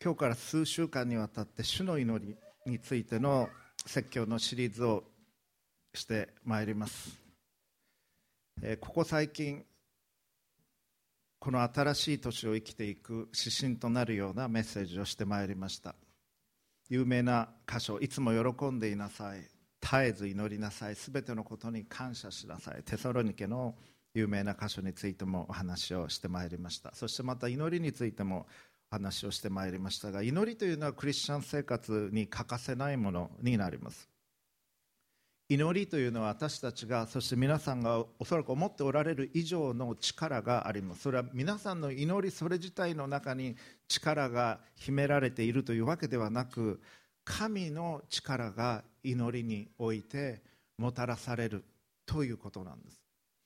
今日から数週間にわたって主の祈りについての説教のシリーズをしてまいります。ここ最近この新しい年を生きていく指針となるようなメッセージをしてまいりました。有名な箇所、いつも喜んでいなさい、絶えず祈りなさい、すべてのことに感謝しなさい、テサロニケの有名な箇所についてもお話をしてまいりました。そしてまた祈りについてもお話をしてまいりましたが、祈りというのはクリスチャン生活に欠かせないものになります。祈りというのは私たちが、そして皆さんがおそらく思っておられる以上の力があります。それは皆さんの祈りそれ自体の中に力が秘められているというわけではなく、神の力が祈りにおいてもたらされるということなんです。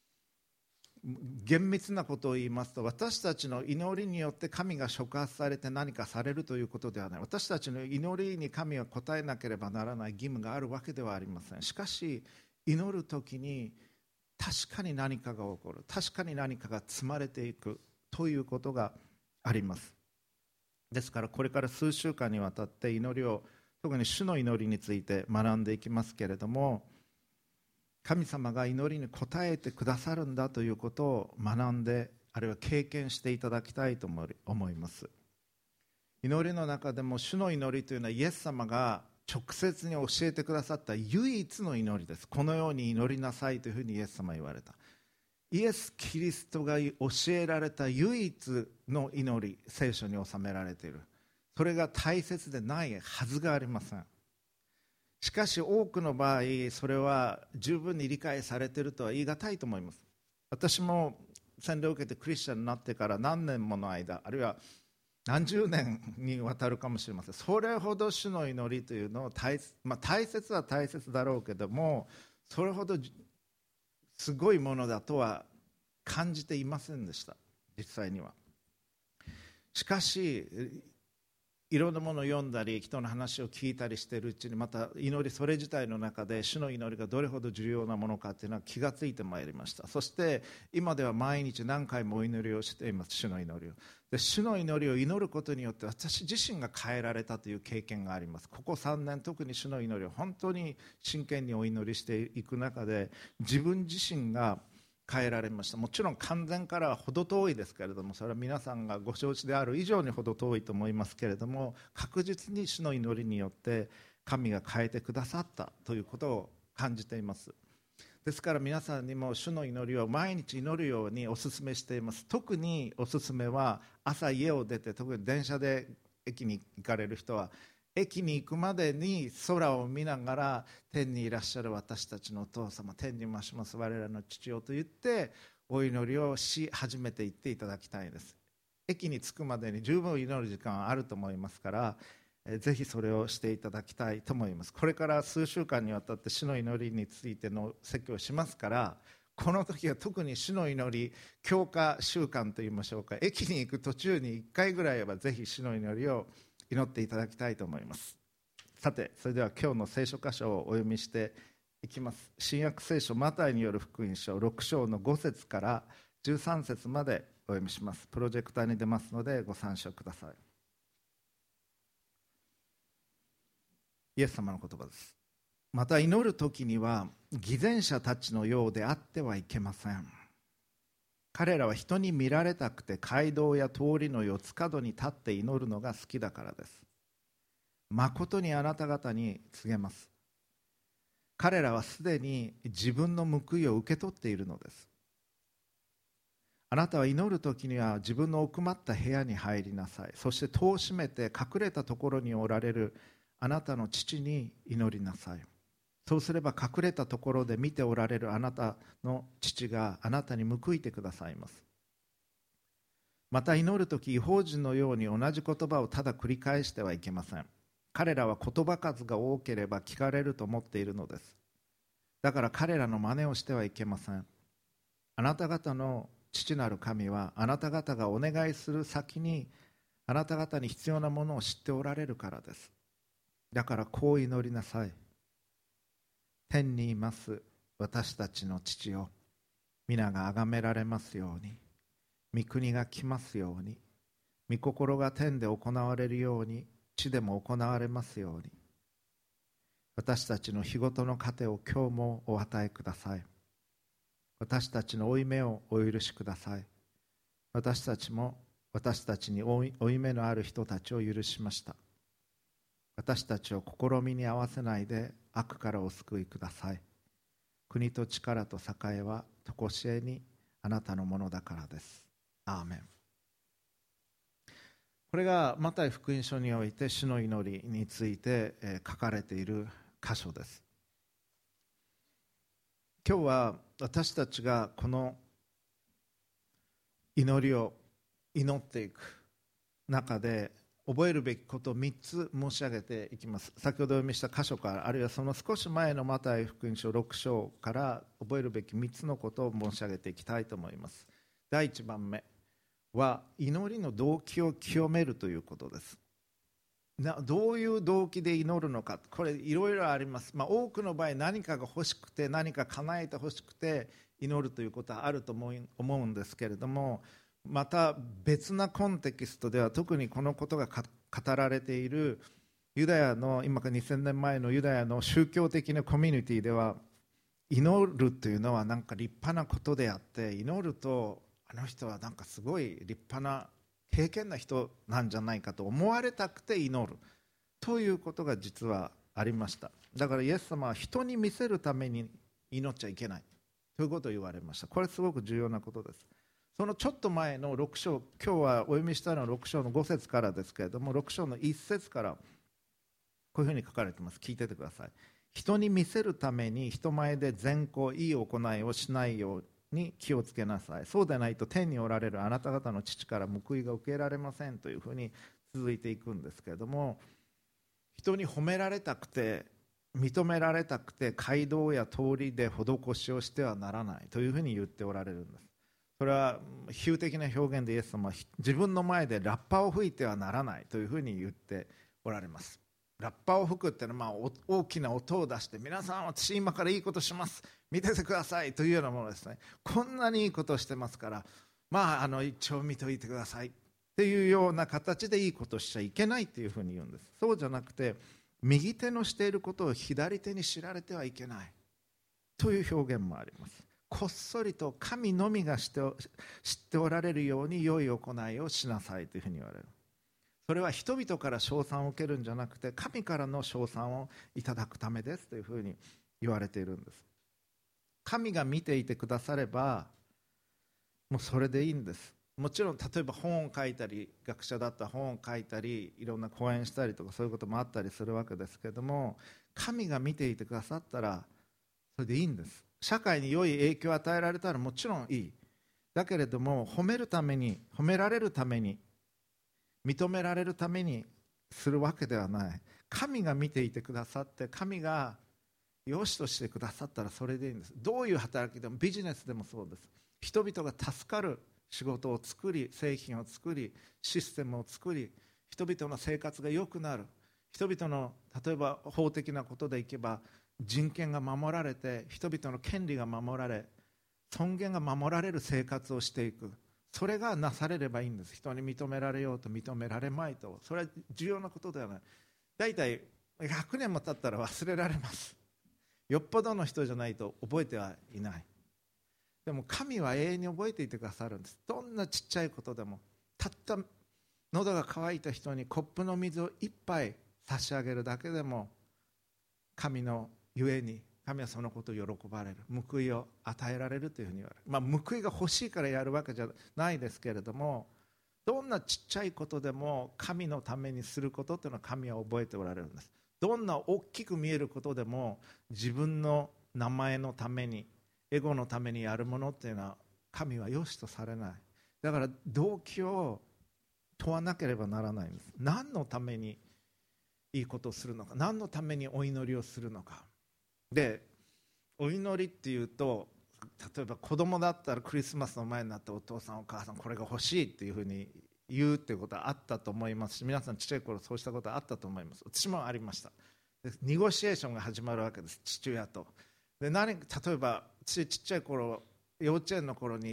厳密なことを言いますと、私たちの祈りによって神が触発されて何かされるということではない。私たちの祈りに神は応えなければならない義務があるわけではありません。しかし祈るときに確かに何かが起こる、確かに何かが積まれていくということがあります。ですからこれから数週間にわたって祈りを、特に主の祈りについて学んでいきますけれども、神様が祈りに応えてくださるんだということを学んで、あるいは経験していただきたいと思います。祈りの中でも主の祈りというのはイエス様が直接に教えてくださった唯一の祈りです。このように祈りなさいというふうにイエス様は言われた。イエス・キリストが教えられた唯一の祈り、聖書に収められている。それが大切でないはずがありません。しかし多くの場合それは十分に理解されているとは言い難いと思います。私も洗礼を受けてクリスチャンになってから何年もの間、あるいは何十年にわたるかもしれません。それほど主の祈りというのを大切は大切だろうけども、それほどすごいものだとは感じていませんでした、実際には。しかしいろんなものを読んだり人の話を聞いたりしているうちに、また祈りそれ自体の中で主の祈りがどれほど重要なものかというのは気がついてまいりました。そして今では毎日何回もお祈りをしています。主の祈りを。で、主の祈りを祈ることによって私自身が変えられたという経験があります。ここ3年特に主の祈りを本当に真剣にお祈りしていく中で、自分自身が変えられました。もちろん完全からは程遠いですけれども、それは皆さんがご承知である以上に程遠いと思いますけれども、確実に主の祈りによって神が変えてくださったということを感じています。ですから皆さんにも主の祈りを毎日祈るようにお勧めしています。特にお勧めは朝家を出て、特に電車で駅に行かれる人は駅に行くまでに空を見ながら、天にいらっしゃる私たちのお父様、天に増します我らの父よと言ってお祈りをし始めていっていただきたいです。駅に着くまでに十分祈る時間はあると思いますから、ぜひそれをしていただきたいと思います。これから数週間にわたって主の祈りについての説教をしますから、この時は特に主の祈り強化習慣といいましょうか、駅に行く途中に1回ぐらいはぜひ主の祈りを祈っていただきたいと思います。さて、それでは今日の聖書箇所をお読みしていきます。新約聖書マタイによる福音書6章の5節から13節までお読みします。プロジェクターに出ますのでご参照ください。イエス様の言葉です。また祈る時には偽善者たちのようであってはいけません。彼らは人に見られたくて街道や通りの四つ角に立って祈るのが好きだからです。誠にあなた方に告げます。彼らはすでに自分の報いを受け取っているのです。あなたは祈るときには自分の奥まった部屋に入りなさい。そして戸を閉めて隠れたところにおられるあなたの父に祈りなさい。そうすれば隠れたところで見ておられるあなたの父があなたに報いてくださいます。また祈るとき、異邦人のように同じ言葉をただ繰り返してはいけません。彼らは言葉数が多ければ聞かれると思っているのです。だから彼らの真似をしてはいけません。あなた方の父なる神はあなた方がお願いする先にあなた方に必要なものを知っておられるからです。だからこう祈りなさい。天にいます私たちの父よ、皆が崇められますように、御国が来ますように、 御心が天で行われるように地でも行われますように、私たちの日ごとの糧を今日もお与えください。私たちの負い目をお許しください。私たちも私たちに負い目のある人たちを許しました。私たちを試みに合わせないで悪からお救いください。国と力と栄は常しえにあなたのものだからです。アーメン。これがマタイ福音書において主の祈りについて書かれている箇所です。今日は私たちがこの祈りを祈っていく中で覚えるべきことを3つ申し上げていきます。先ほど読みした箇所から、あるいはその少し前のマタイ福音書6章から覚えるべき3つのことを申し上げていきたいと思います。第1番目は祈りの動機を清めるということです。どういう動機で祈るのか、これいろいろあります。多くの場合何かが欲しくて、何か叶えて欲しくて祈るということはあると思うんですけれども、また別なコンテキストでは特にこのことが語られているユダヤの、今から2000年前のユダヤの宗教的なコミュニティでは、祈るというのはなんか立派なことであって、祈るとあの人はなんかすごい立派な敬虔な人なんじゃないかと思われたくて祈るということが実はありました。だからイエス様は人に見せるために祈っちゃいけないということを言われました。これすごく重要なことです。そのちょっと前の6章、今日はお読みしたのは6章の5節からですけれども、6章の1節からこういうふうに書かれています。聞いててください。人に見せるために人前で善行、いい行いをしないように気をつけなさい。そうでないと天におられるあなた方の父から報いが受けられませんというふうに続いていくんですけれども、人に褒められたくて認められたくて街道や通りで施しをしてはならないというふうに言っておられるんです。それは比喩的な表現でイエス様は自分の前でラッパを吹いてはならないというふうに言っておられます。ラッパを吹くっていうのは大きな音を出して、皆さん私今からいいことします見ててくださいというようなものですね。こんなにいいことをしてますから一応見ておいてくださいっていうような形でいいことをしちゃいけないというふうに言うんです。そうじゃなくて、右手のしていることを左手に知られてはいけないという表現もあります。こっそりと神のみが知っておられるように良い行いをしなさいというふうに言われる。それは人々から称賛を受けるんじゃなくて、神からの称賛をいただくためですというふうに言われているんです。神が見ていてくださればもうそれでいいんです。もちろん例えば本を書いたり、学者だったら本を書いたり、いろんな講演したりとかそういうこともあったりするわけですけれども、神が見ていてくださったらそれでいいんです。社会に良い影響を与えられたらもちろんいい。だけれども褒めるために、褒められるために、認められるためにするわけではない。神が見ていてくださって、神が良しとしてくださったらそれでいいんです。どういう働きでも、ビジネスでもそうです。人々が助かる仕事を作り、製品を作り、システムを作り、人々の生活が良くなる。人々の例えば法的なことでいけば人権が守られて、人々の権利が守られ、尊厳が守られる生活をしていく。それがなされればいいんです。人に認められようと認められまいと、それは重要なことではない。だいたい100年も経ったら忘れられます。よっぽどの人じゃないと覚えてはいない。でも神は永遠に覚えていてくださるんです。どんなちっちゃいことでも、たった喉が渇いた人にコップの水を一杯差し上げるだけでも、神のゆえに神はそのことを喜ばれる、報いを与えられるというふうに言われる。報いが欲しいからやるわけじゃないですけれども、どんなちっちゃいことでも神のためにすることというのは神は覚えておられるんです。どんな大きく見えることでも自分の名前のために、エゴのためにやるものっていうのは神は良しとされない。だから動機を問わなければならないんです。何のためにいいことをするのか、何のためにお祈りをするのか。で、お祈りっていうと、例えば子供だったらクリスマスの前になってお父さんお母さんこれが欲しいっていうふうに言うっていうことはあったと思いますし、皆さんちっちゃい頃そうしたことはあったと思います。私もありました。でニゴシエーションが始まるわけです、父親と。で例えば私ちっちゃい頃、幼稚園の頃に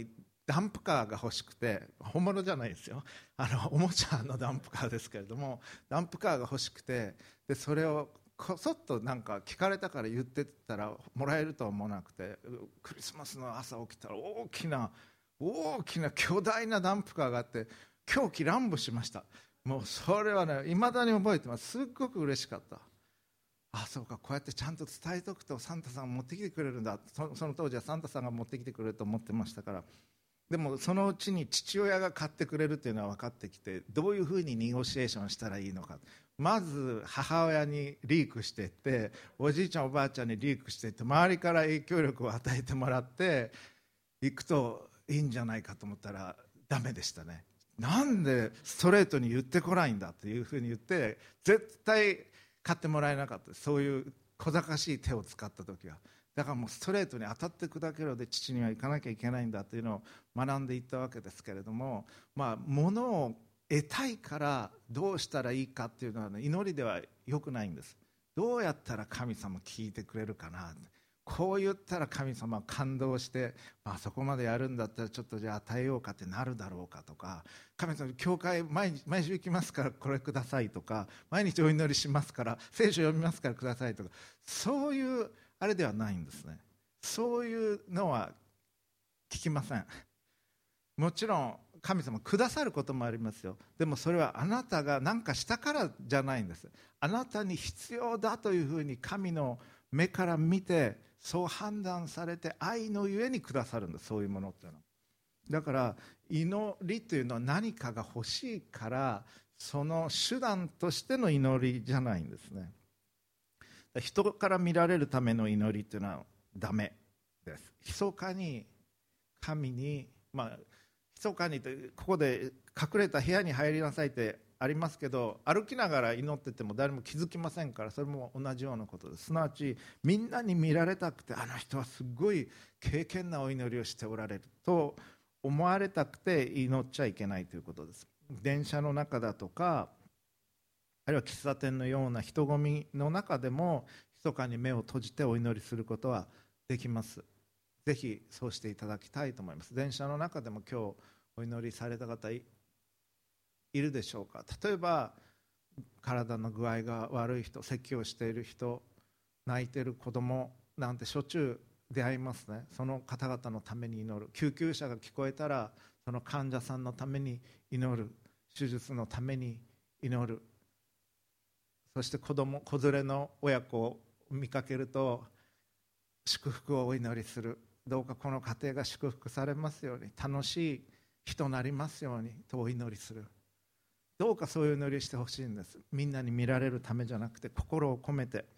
ダンプカーが欲しくて、本物じゃないですよ、おもちゃのダンプカーですけれども、ダンプカーが欲しくて、でそれをこそっとなんか聞かれたから言ってたらもらえるとは思わなくて、クリスマスの朝起きたら大きな巨大なダンプカーがあって、狂気乱舞しました。もうそれはね、いまだに覚えてます。すっごく嬉しかった。そうか、こうやってちゃんと伝えておくとサンタさんが持ってきてくれるんだ。その当時はサンタさんが持ってきてくれると思ってましたから。でもそのうちに父親が買ってくれるというのは分かってきて、どういうふうにネゴシエーションしたらいいのか、まず母親にリークしていって、おじいちゃんおばあちゃんにリークしていって、周りから影響力を与えてもらっていくといいんじゃないかと思ったらダメでしたね。なんでストレートに言ってこないんだというふうに言って、絶対買ってもらえなかったです。そういう小賢しい手を使った時は。だからもうストレートに当たって砕けろで父には行かなきゃいけないんだというのを学んでいったわけですけれども、物を得たいからどうしたらいいかっていうのは、祈りではよくないんです。どうやったら神様聞いてくれるかな、こう言ったら神様は感動して、そこまでやるんだったらちょっとじゃあ与えようかってなるだろうかとか、神様教会毎週行きますからこれくださいとか、毎日お祈りしますから聖書読みますからくださいとか、そういうあれではないんですね。そういうのは聞きません。もちろん神様くださることもありますよ。でもそれはあなたが何かしたからじゃないんです。あなたに必要だというふうに神の目から見て、そう判断されて愛のゆえにくださるんです、そういうものっていうのは。だから祈りというのは何かが欲しいから、その手段としての祈りじゃないんですね。人から見られるための祈りというのはダメです。密かに神に、密かにってここで隠れた部屋に入りなさいってありますけど、歩きながら祈ってても誰も気づきませんから、それも同じようなことです。すなわちみんなに見られたくて、あの人はすごい敬虔なお祈りをしておられると思われたくて祈っちゃいけないということです。電車の中だとか、あるいは喫茶店のような人混みの中でも密かに目を閉じてお祈りすることはできます。ぜひそうしていただきたいと思います。電車の中でも今日お祈りされた方いるでしょうか。例えば体の具合が悪い人、咳をしている人、泣いている子供なんてしょっちゅう出会いますね。その方々のために祈る。救急車が聞こえたらその患者さんのために祈る。手術のために祈る。そして子連れの親子を見かけると祝福をお祈りする。どうかこの家庭が祝福されますように、楽しい日となりますようにとお祈りする。どうかそういう祈りしてほしいんです。みんなに見られるためじゃなくて心を込めて。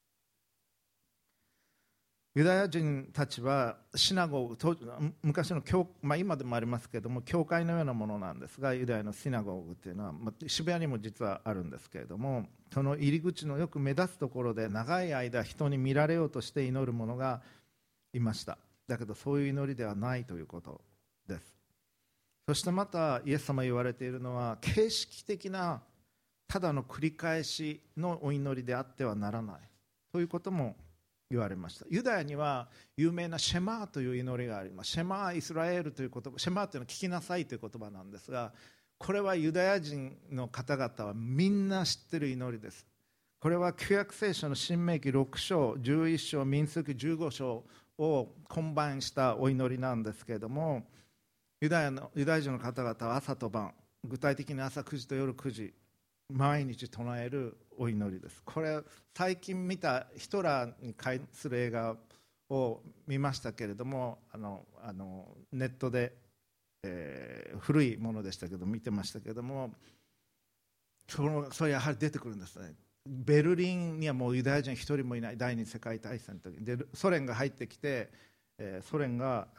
ユダヤ人たちはシナゴーグ、昔の今でもありますけれども教会のようなものなんですが、ユダヤのシナゴーグというのは渋谷にも実はあるんですけれども、その入り口のよく目立つところで長い間人に見られようとして祈る者がいました。だけどそういう祈りではないということです。そしてまたイエス様言われているのは、形式的なただの繰り返しのお祈りであってはならないということも言われました。ユダヤには有名なシェマーという祈りがあります。シェマーイスラエルという言葉、シェマーというのは聞きなさいという言葉なんですが、これはユダヤ人の方々はみんな知っている祈りです。これは旧約聖書の申命記6章11章民数記15章をコンバインしたお祈りなんですけれども、ユダヤ人の方々は朝と晩、具体的に朝9時と夜9時毎日唱えるお祈りです。これ最近見たヒトラーに関する映画を見ましたけれども、ネットで、古いものでしたけど見てましたけれども、それやはり出てくるんですね。ベルリンにはもうユダヤ人一人もいない。第二次世界大戦の時でソ連が入ってきて、ソ連が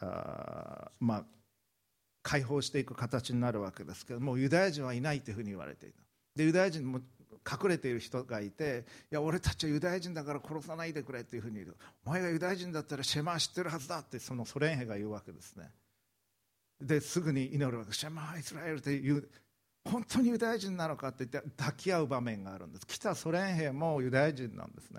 解放していく形になるわけですけども、ユダヤ人はいないというふうに言われていた。でユダヤ人も隠れている人がいて、いや俺たちはユダヤ人だから殺さないでくれというふうに言う。お前がユダヤ人だったらシェマー知ってるはずだってそのソ連兵が言うわけですね。ですぐに祈るわけ。シェマーイスラエルって言う。本当にユダヤ人なのかって言って抱き合う場面があるんです。来たソ連兵もユダヤ人なんですね。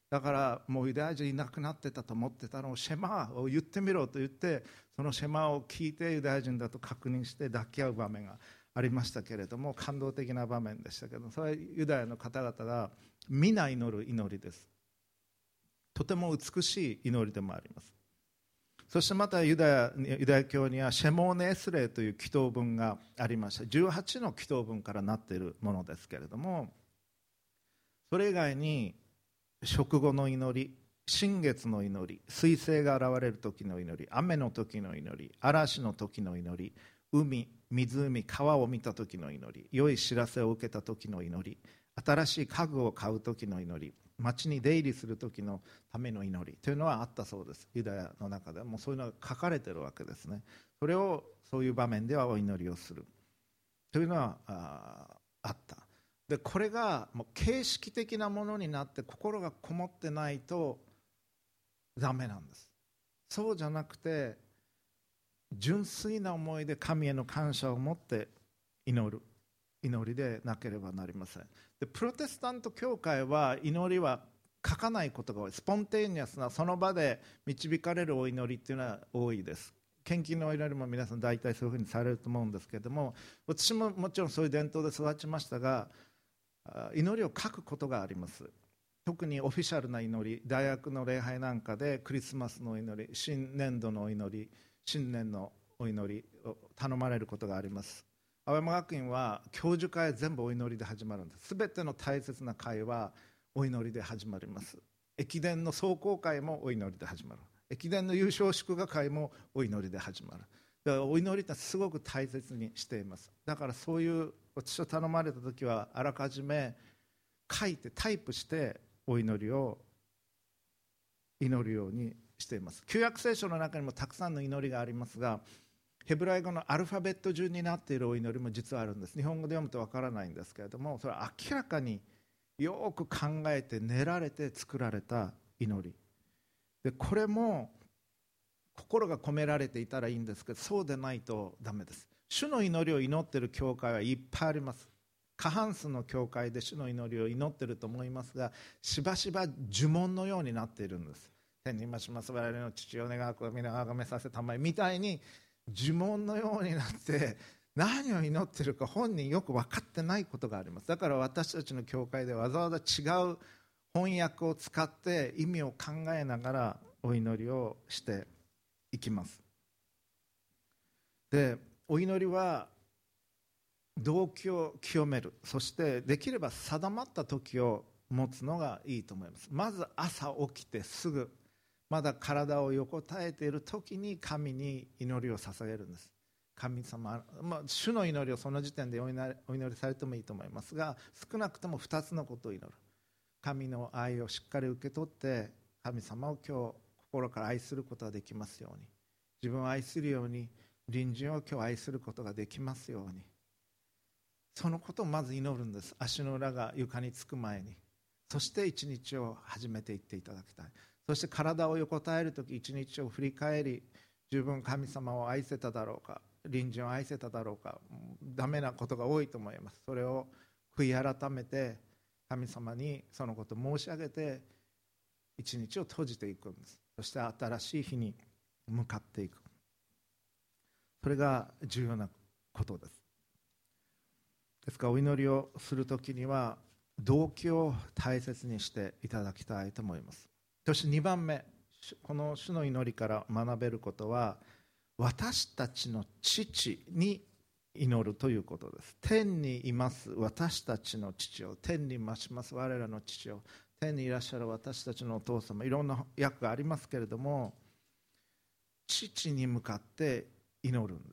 だからもうユダヤ人いなくなってたと思ってたのをシェマを言ってみろと言って、そのシェマを聞いてユダヤ人だと確認して抱き合う場面がありましたけれども、感動的な場面でしたけど、それはユダヤの方々が皆祈る祈りです。とても美しい祈りでもあります。そしてまたユダヤ教にはシェモーネエスレイという祈祷文がありました。18の祈祷文からなっているものですけれども、それ以外に食後の祈り、新月の祈り、彗星が現れる時の祈り、雨の時の祈り、嵐の時の祈り、海、湖、川を見た時の祈り、良い知らせを受けた時の祈り、新しい家具を買う時の祈り、町に出入りする時のための祈りというのはあったそうです。ユダヤの中でもそういうのが書かれているわけですね。それをそういう場面ではお祈りをするというのはあった。でこれがもう形式的なものになって心がこもってないとダメなんです。そうじゃなくて純粋な思いで神への感謝を持って祈る祈りでなければなりません。でプロテスタント教会は祈りは書かないことが多い。スポンテーニアスなその場で導かれるお祈りっていうのは多いです。献金のお祈りも皆さん大体そういうふうにされると思うんですけれども、私ももちろんそういう伝統で育ちましたが、祈りを書くことがあります。特にオフィシャルな祈り、大学の礼拝なんかでクリスマスのお祈り、新年度のお祈り、新年のお祈りを頼まれることがあります。青山学院は教授会全部お祈りで始まるんです。すべての大切な会はお祈りで始まります。駅伝の壮行会もお祈りで始まる。駅伝の優勝祝賀会もお祈りで始まる。だからお祈りってすごく大切にしています。だからそういう私を頼まれた時はあらかじめ書いてタイプしてお祈りを祈るようにしています。旧約聖書の中にもたくさんの祈りがありますが、ヘブライ語のアルファベット順になっているお祈りも実はあるんです。日本語で読むとわからないんですけれども、それは明らかによく考えて練られて作られた祈りで、これも心が込められていたらいいんですけど、そうでないとダメです。主の祈りを祈っている教会はいっぱいあります。過半数の教会で主の祈りを祈っていると思いますが、しばしば呪文のようになっているんです。天にまします我々の父を願うことを皆あがめさせたまえみたいに呪文のようになって何を祈っているか本人よく分かってないことがあります。だから私たちの教会でわざわざ違う翻訳を使って意味を考えながらお祈りをしていきます。でお祈りは動機を清める、そしてできれば定まった時を持つのがいいと思います。まず朝起きてすぐ、まだ体を横たえている時に神に祈りを捧げるんです。神様、主の祈りをその時点でお祈りされてもいいと思いますが、少なくとも2つのことを祈る。神の愛をしっかり受け取って神様を今日心から愛することができますように、自分を愛するように隣人を今日愛することができますように、そのことをまず祈るんです。足の裏が床につく前に。そして一日を始めていっていただきたい。そして体を横たえるとき一日を振り返り、十分神様を愛せただろうか、隣人を愛せただろうか、ダメなことが多いと思います。それを悔い改めて神様にそのことを申し上げて一日を閉じていくんです。そして新しい日に向かっていく。それが重要なことです。ですからお祈りをするときには動機を大切にしていただきたいと思います。そして2番目、この主の祈りから学べることは、私たちの父に祈るということです。天にいます私たちの父を、天に増します我らの父を、天にいらっしゃる私たちのお父様、いろんな訳がありますけれども、父に向かって祈るんです。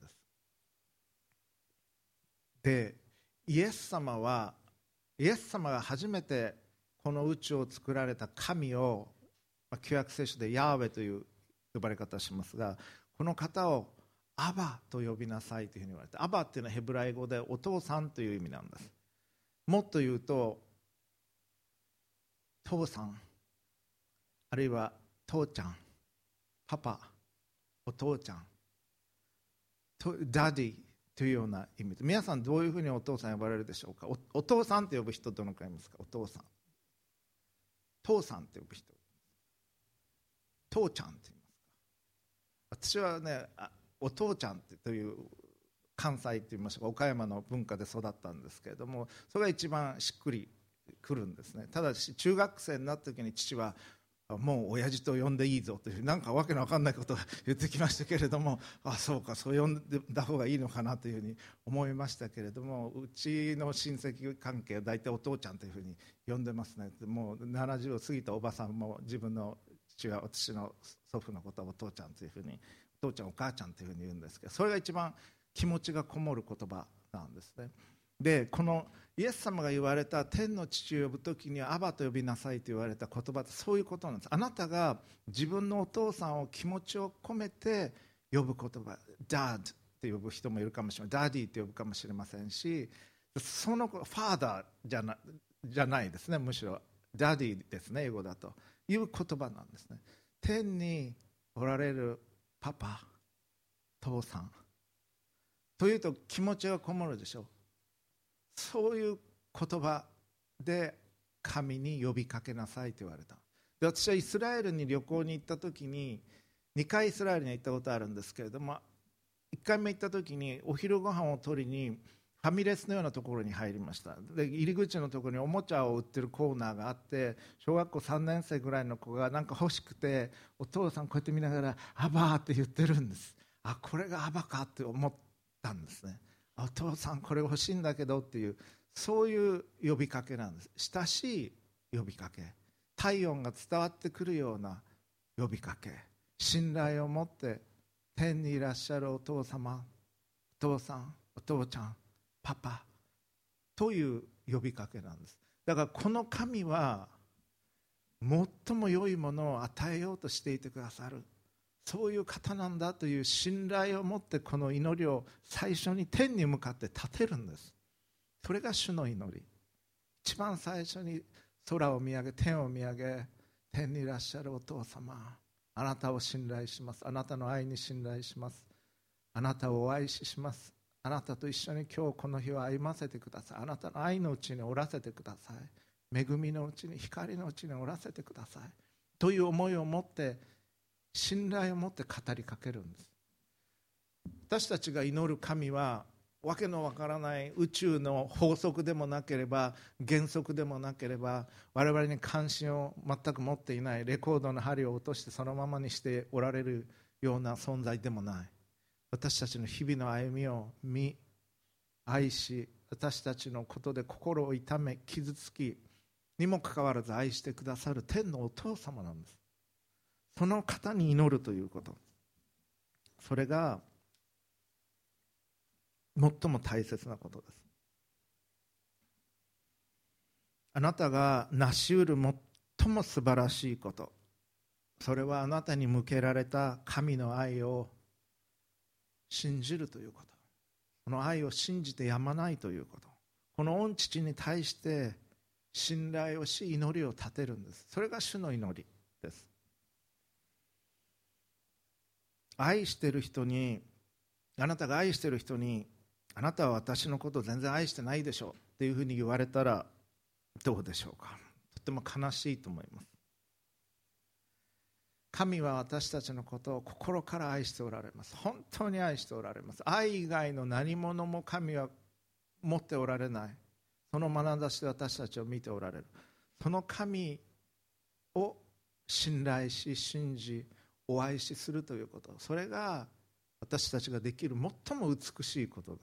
でイエス様が初めてこの宇宙を作られた神を、旧約聖書でヤーウェという呼ばれ方をしますが、この方をアバと呼びなさいというふうに言われて、アバっていうのはヘブライ語でお父さんという意味なんです。もっと言うと父さん、あるいは父ちゃん、パパ、お父ちゃん、ダディというような意味で、皆さんどういうふうにお父さん呼ばれるでしょうか。 お父さんと呼ぶ人どのくらいいますか。お父さん、 父さんって呼ぶ人、父ちゃんって言いますか。私はね、お父ちゃんという関西って言いましたか、岡山の文化で育ったんですけれども、それが一番しっくりくるんですね。ただし中学生になった時に父はもう親父と呼んでいいぞという、なんかわけのわかんないことを言ってきましたけれども、そうか、そう呼んでた方がいいのかなというふうに思いましたけれども、うちの親戚関係は大体お父ちゃんというふうに呼んでますね。もう70を過ぎたおばさんも自分の父は私の祖父のことをお父ちゃんというふうに、お父ちゃんお母ちゃんというふうに言うんですけど、それが一番気持ちがこもる言葉なんですね。でこのイエス様が言われた天の父を呼ぶときにアバと呼びなさいと言われた言葉って、そういうことなんです。あなたが自分のお父さんを気持ちを込めて呼ぶ言葉、ダッドって呼ぶ人もいるかもしれない、ダディって呼ぶかもしれませんし、そのファーダーじゃないですね、むしろダディですね、英語だという言葉なんですね。天におられるパパ、父さんというと気持ちがこもるでしょう。そういう言葉で神に呼びかけなさいと言われた。で、私はイスラエルに旅行に行った時に2回イスラエルに行ったことあるんですけれども、1回目行った時にお昼ご飯を取りにファミレスのようなところに入りました。で、入り口のところにおもちゃを売ってるコーナーがあって、小学校3年生ぐらいの子がなんか欲しくて、お父さんこうやって見ながらアバーって言ってるんです。これがアバかって思ったんですね。お父さんこれ欲しいんだけどっていう、そういう呼びかけなんです。親しい呼びかけ、体温が伝わってくるような呼びかけ、信頼を持って天にいらっしゃるお父様、お父さん、お父ちゃん、パパという呼びかけなんです。だからこの神は最も良いものを与えようとしていてくださる、そういう方なんだという信頼を持ってこの祈りを最初に天に向かって立てるんです。それが主の祈り。一番最初に空を見上げ、天を見上げ、天にいらっしゃるお父様、あなたを信頼します。あなたの愛に信頼します。あなたをお愛します。あなたと一緒に今日この日を歩ませてください。あなたの愛のうちにおらせてください。恵みのうちに、光のうちにおらせてくださいという思いを持って、信頼を持って語りかけるんです。私たちが祈る神はわけのわからない宇宙の法則でもなければ原則でもなければ、我々に関心を全く持っていない、レコードの針を落としてそのままにしておられるような存在でもない。私たちの日々の歩みを見、愛し、私たちのことで心を痛め傷つきにもかかわらず愛してくださる天のお父様なんです。その方に祈るということ、それが最も大切なことです。あなたが成し得る最も素晴らしいこと、それはあなたに向けられた神の愛を信じるということ、この愛を信じてやまないということ、この御父に対して信頼をし祈りを立てるんです。それが主の祈りです。愛している人に、あなたが愛している人に、あなたは私のことを全然愛してないでしょうっていうふうに言われたらどうでしょうか。とても悲しいと思います。神は私たちのことを心から愛しておられます。本当に愛しておられます。愛以外の何者も神は持っておられない。その眼差しで私たちを見ておられる。その神を信頼し信じお愛しするということ、それが私たちができる最も美しいことです。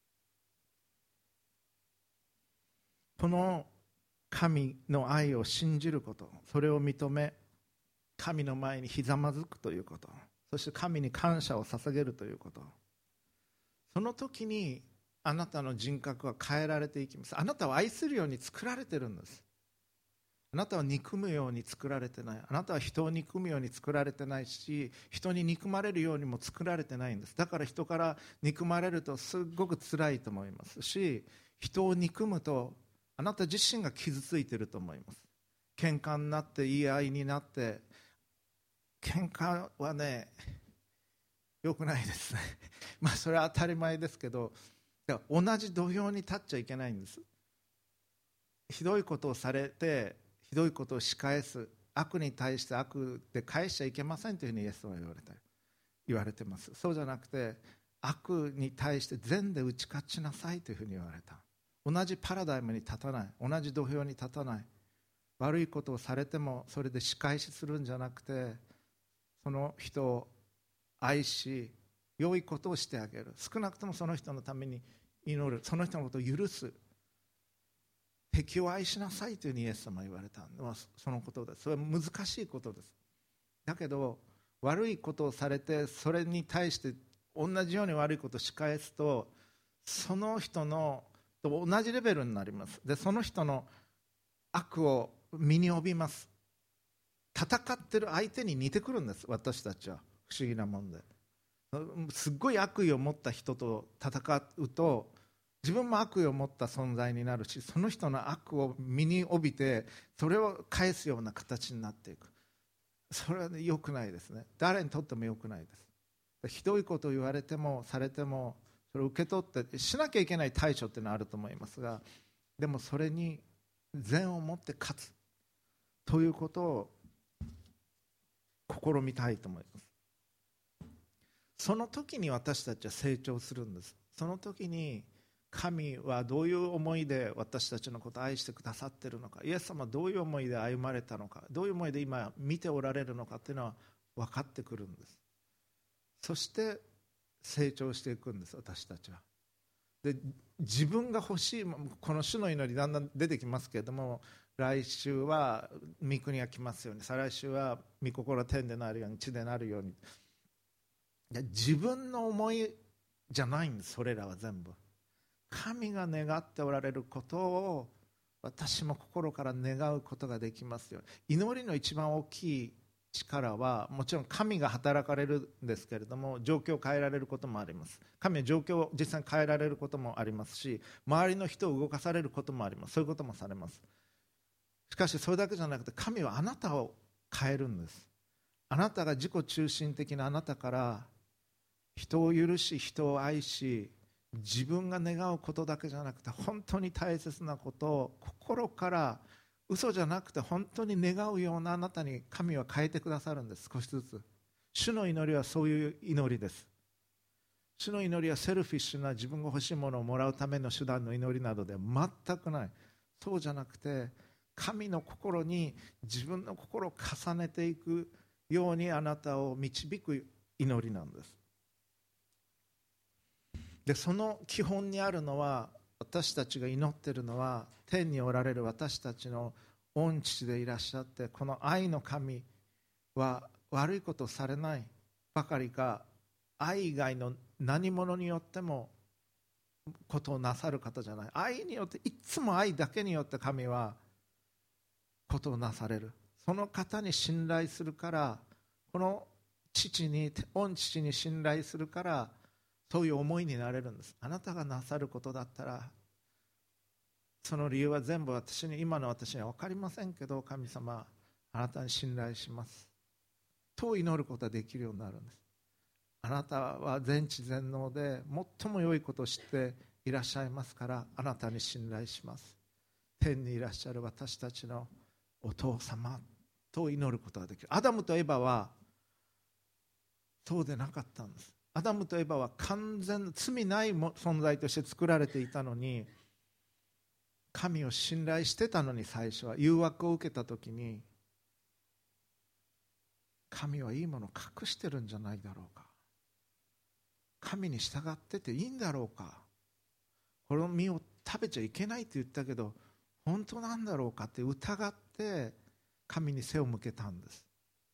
この神の愛を信じること、それを認め神の前にひざまずくということ、そして神に感謝を捧げるということ、その時にあなたの人格は変えられていきます。あなたは愛するように作られているんです。あなたは憎むように作られてない。あなたは人を憎むように作られてないし、人に憎まれるようにも作られてないんです。だから人から憎まれるとすごく辛いと思いますし、人を憎むとあなた自身が傷ついていると思います。喧嘩になって言い合いになって、喧嘩はね良くないですねそれは当たり前ですけど、同じ土俵に立っちゃいけないんです。ひどいことをされてひどいことを仕返す、悪に対して悪で返しちゃいけませんというふうにイエスは言われています。そうじゃなくて、悪に対して善で打ち勝ちなさいというふうに言われた。同じパラダイムに立たない、同じ土俵に立たない、悪いことをされてもそれで仕返しするんじゃなくて、その人を愛し良いことをしてあげる、少なくともその人のために祈る、その人のことを許す、敵を愛しなさいというふうにイエス様は言われたのはそのことです。それは難しいことです。だけど悪いことをされて、それに対して同じように悪いことを仕返すと、その人のと同じレベルになります。でその人の悪を身に帯びます。戦ってる相手に似てくるんです。私たちは不思議なもんで、すっごい悪意を持った人と戦うと自分も悪意を持った存在になるし、その人の悪を身に帯びてそれを返すような形になっていく。それは良くないですね。誰にとっても良くないです。ひどいことを言われてもされても、それを受け取ってしなきゃいけない対処っていうのはあると思いますが、でもそれに善を持って勝つということを試みたいと思います。その時に私たちは成長するんです。その時に神はどういう思いで私たちのことを愛してくださっているのか、イエス様はどういう思いで歩まれたのか、どういう思いで今見ておられるのかというのは分かってくるんです。そして成長していくんです、私たちは。で自分が欲しい、この主の祈りだんだん出てきますけれども、来週は御国が来ますように、再来週は御心が天でなるように地でなるように。自分の思いじゃないんです。それらは全部神が願っておられることを私も心から願うことができますよ。祈りの一番大きい力はもちろん神が働かれるんですけれども、状況を変えられることもあります。神は状況を実際に変えられることもありますし、周りの人を動かされることもあります。そういうこともされます。しかしそれだけじゃなくて、神はあなたを変えるんです。あなたが自己中心的なあなたから人を許し人を愛し、自分が願うことだけじゃなくて本当に大切なことを心から嘘じゃなくて本当に願うようなあなたに神は変えてくださるんです。少しずつ。主の祈りはそういう祈りです。主の祈りはセルフィッシュな自分が欲しいものをもらうための手段の祈りなどでは全くない。そうじゃなくて神の心に自分の心を重ねていくようにあなたを導く祈りなんです。でその基本にあるのは、私たちが祈っているのは天におられる私たちの御父でいらっしゃって、この愛の神は悪いことをされないばかりか、愛以外の何者によってもことをなさる方じゃない。愛によって、いつも愛だけによって神はことをなされる。その方に信頼するから、この父に、御父に信頼するからそういう思いになれるんです。あなたがなさることだったら、その理由は全部今の私には分かりませんけど、神様あなたに信頼しますと祈ることができるようになるんです。あなたは全知全能で最も良いことを知っていらっしゃいますから、あなたに信頼します。天にいらっしゃる私たちのお父様と祈ることができる。アダムとエバはそうでなかったんです。アダムとエバは完全罪ない存在として作られていたのに、神を信頼してたのに、最初は誘惑を受けた時に、神はいいものを隠してるんじゃないだろうか、神に従ってていいんだろうか、この実を食べちゃいけないって言ったけど本当なんだろうかって疑って神に背を向けたんです。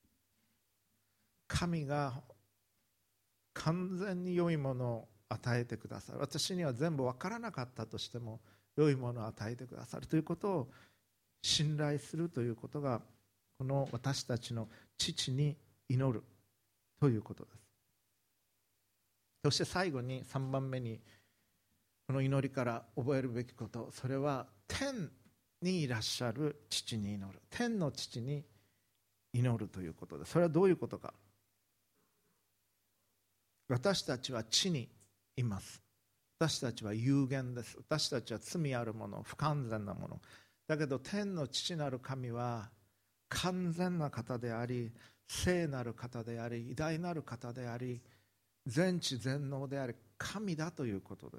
神が完全に良いものを与えてくださる。私には全部分からなかったとしても良いものを与えてくださるということを信頼するということが、この私たちの父に祈るということです。そして最後に3番目に、この祈りから覚えるべきこと、それは天にいらっしゃる父に祈る、天の父に祈るということです。それはどういうことか。私たちは地にいます。私たちは有限です。私たちは罪あるもの、不完全なものだけど天の父なる神は完全な方であり、聖なる方であり、偉大なる方であり、全知全能であり、神だということです。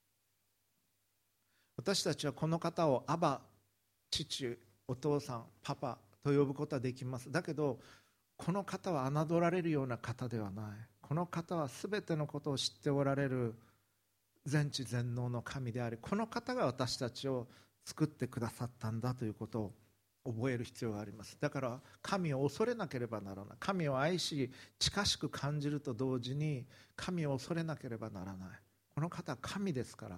私たちはこの方をアバ、父、お父さん、パパと呼ぶことはできます。だけどこの方は侮られるような方ではない。この方は全てのことを知っておられる全知全能の神であり、この方が私たちを作ってくださったんだということを覚える必要があります。だから神を恐れなければならない。神を愛し近しく感じると同時に神を恐れなければならない。この方は神ですから、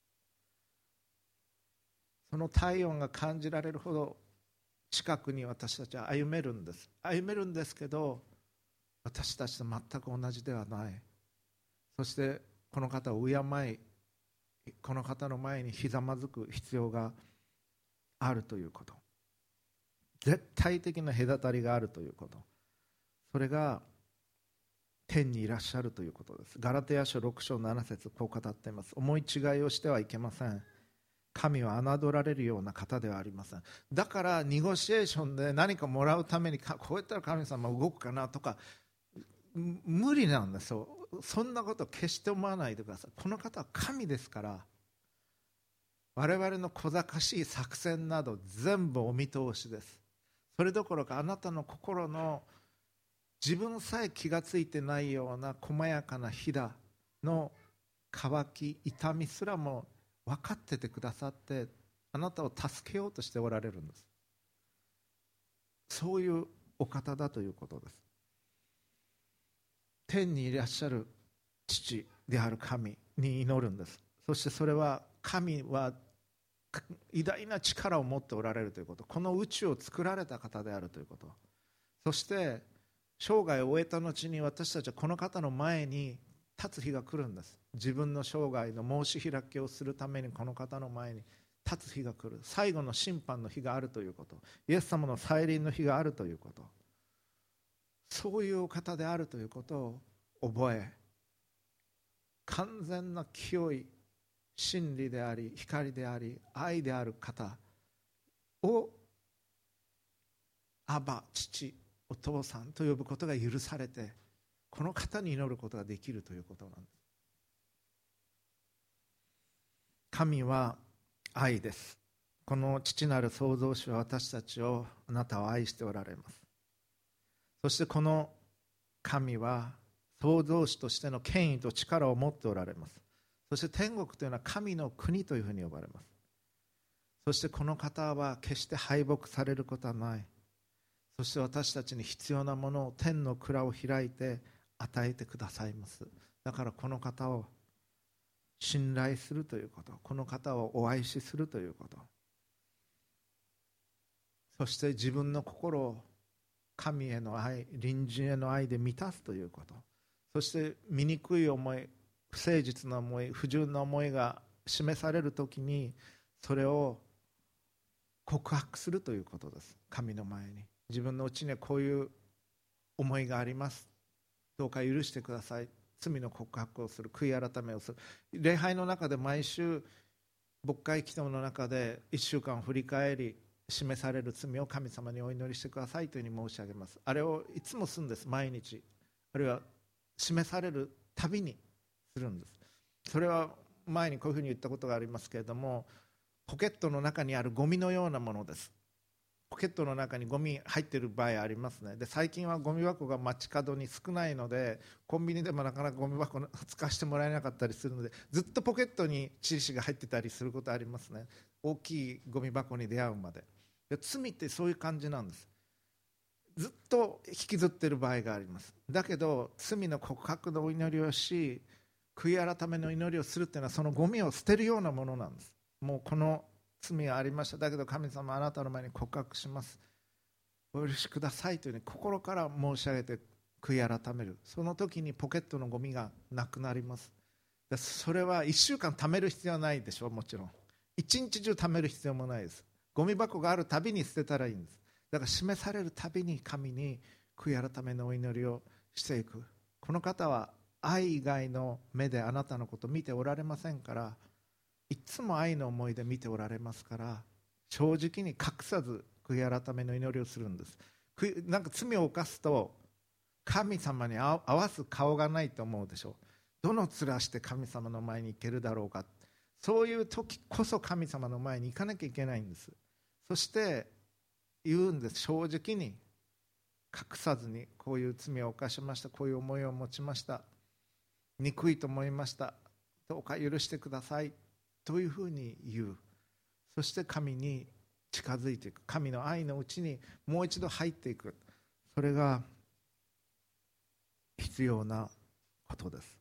その体温が感じられるほど近くに私たちは歩めるんですけど、私たちと全く同じではない。そしてこの方を敬い、この方の前にひざまずく必要があるということ、絶対的な隔たりがあるということ、それが天にいらっしゃるということです。ガラテヤ書6章7節、こう語っています。思い違いをしてはいけません。神は侮られるような方ではありません。だからニゴシエーションで何かもらうためにこうやったら神様動くかなとか無理なんですよ。そんなこと決して思わないでください。この方は神ですから、我々の小賢しい作戦など全部お見通しです。それどころかあなたの心の自分さえ気がついてないような細やかなひだの渇き、痛みすらも分かっててくださって、あなたを助けようとしておられるんです。そういうお方だということです。天にいらっしゃる父である神に祈るんです。そしてそれは神は偉大な力を持っておられるということ、この宇宙を作られた方であるということ、そして生涯を終えた後に私たちはこの方の前に立つ日が来るんです。自分の生涯の申し開きをするためにこの方の前に立つ日が来る。最後の審判の日があるということ、イエス様の再臨の日があるということ、そういうお方であるということを覚え、完全な清い真理であり光であり愛である方をアバ、父、お父さんと呼ぶことが許されて、この方に祈ることができるということなんです。神は愛です。この父なる創造主は私たちを、あなたを愛しておられます。そしてこの神は創造主としての権威と力を持っておられます。そして天国というのは神の国というふうに呼ばれます。そしてこの方は決して敗北されることはない。そして私たちに必要なものを天の蔵を開いて与えてくださいます。だからこの方を信頼するということ、この方をお愛しするということ、そして自分の心を神への愛、隣人への愛で満たすということ、そして醜い思い、不誠実な思い、不純な思いが示されるときにそれを告白するということです。神の前に自分のうちにはこういう思いがあります、どうか許してください、罪の告白をする、悔い改めをする。礼拝の中で毎週牧会祈祷の中で1週間を振り返り、示される罪を神様にお祈りしてくださいというふうに申し上げます。あれをいつもするんです。毎日、あるいは示されるたびにするんです。それは前にこういうふうに言ったことがありますけれども、ポケットの中にあるゴミのようなものです。ポケットの中にゴミ入っている場合ありますね。で、最近はゴミ箱が街角に少ないので、コンビニでもなかなかゴミ箱使わせてもらえなかったりするので、ずっとポケットにチシが入ってたりすることありますね。大きいゴミ箱に出会うまで。で、罪ってそういう感じなんです。ずっと引きずっている場合があります。だけど罪の告白のお祈りをし、悔い改めの祈りをするっていうのはそのゴミを捨てるようなものなんです。もうこの罪がありました、だけど神様あなたの前に告白します、お許しくださいというふうに心から申し上げて悔い改める。その時にポケットのゴミがなくなります。それは1週間貯める必要はないでしょう。もちろん一日中貯める必要もないです。ゴミ箱があるたびに捨てたらいいんです。だから示されるたびに神に悔い改めのお祈りをしていく。この方は愛以外の目であなたのことを見ておられませんから、いつも愛の思いで見ておられますから、 正直に隠さず悔い改めの祈りをするんです。なんか罪を犯すと神様に合わす顔がないと思うでしょう。どの面して神様の前に行けるだろうか。そういう時こそ神様の前に行かなきゃいけないんです。そして言うんです。正直に隠さずに、こういう罪を犯しました、こういう思いを持ちました、憎いと思いました、どうか許してくださいというふうに言う。そして神に近づいていく、神の愛のうちにもう一度入っていく。それが必要なことです。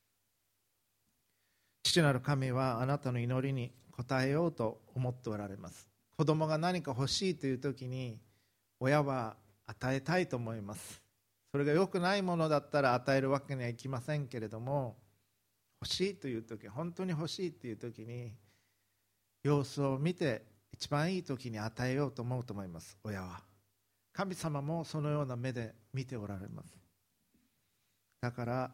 父なる神はあなたの祈りに応えようと思っておられます。子供が何か欲しいという時に親は与えたいと思います。それが良くないものだったら与えるわけにはいきませんけれども、欲しいという時、本当に欲しいという時に様子を見て一番いい時に与えようと思うと思います。親は、神様もそのような目で見ておられます。だから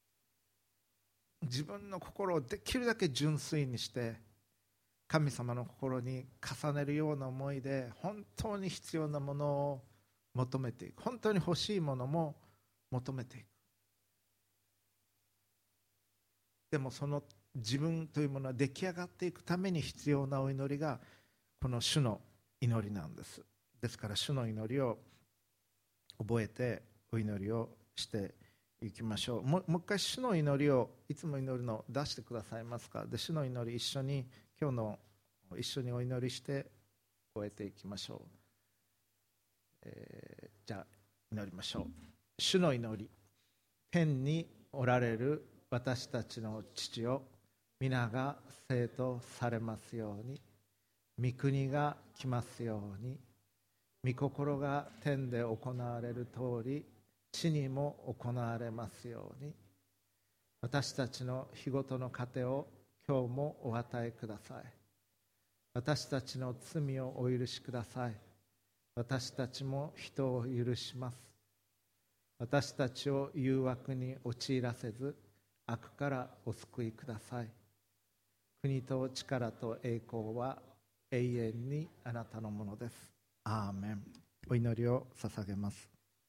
自分の心をできるだけ純粋にして神様の心に重ねるような思いで、本当に必要なものを求めていく、本当に欲しいものも求めていく。でもその自分というものは出来上がっていくために必要なお祈りがこの主の祈りなんです。ですから主の祈りを覚えてお祈りをしていきましょう。もう一回主の祈りをいつも祈るの出してくださいますか。で主の祈り一緒に今日の一緒にお祈りして終えていきましょう。じゃあ祈りましょう。主の祈り。天におられる私たちの父よ、皆が聖とされますように、御国が来ますように、御心が天で行われる通り地にも行われますように。私たちの日ごとの糧を今日もお与えください。私たちの罪をお許しください。私たちも人を許します。私たちを誘惑に陥らせず悪からお救いください。国と力と栄光は永遠にあなたのものです。アーメン。お祈りを捧げます。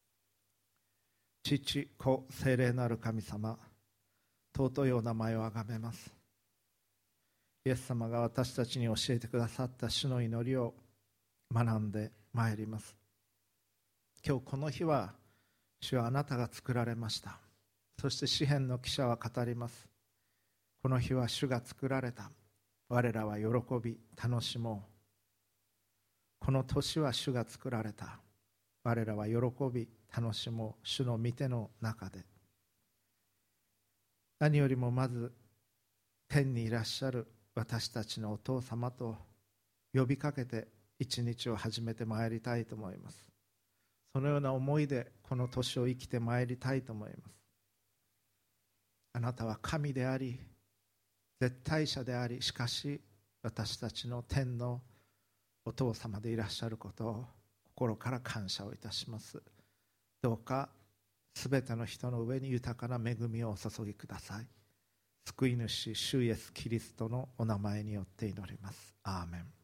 父、子、聖霊なる神様、尊いお名前をあがめます。イエス様が私たちに教えてくださった主の祈りを学んでまいります。今日この日は主はあなたが作られました。そして詩篇の記者は語ります。この日は主が作られた。我らは喜び楽しもう。この年は主が作られた。我らは喜び楽しもう。主の御手の中で。何よりもまず天にいらっしゃる私たちのお父様と呼びかけて一日を始めてまいりたいと思います。そのような思いでこの年を生きてまいりたいと思います。あなたは神であり絶対者であり、しかし私たちの天のお父様でいらっしゃることを心から感謝をいたします。どうかすべての人の上に豊かな恵みをお注ぎください。救い主主イエスキリストのお名前によって祈ります。アーメン。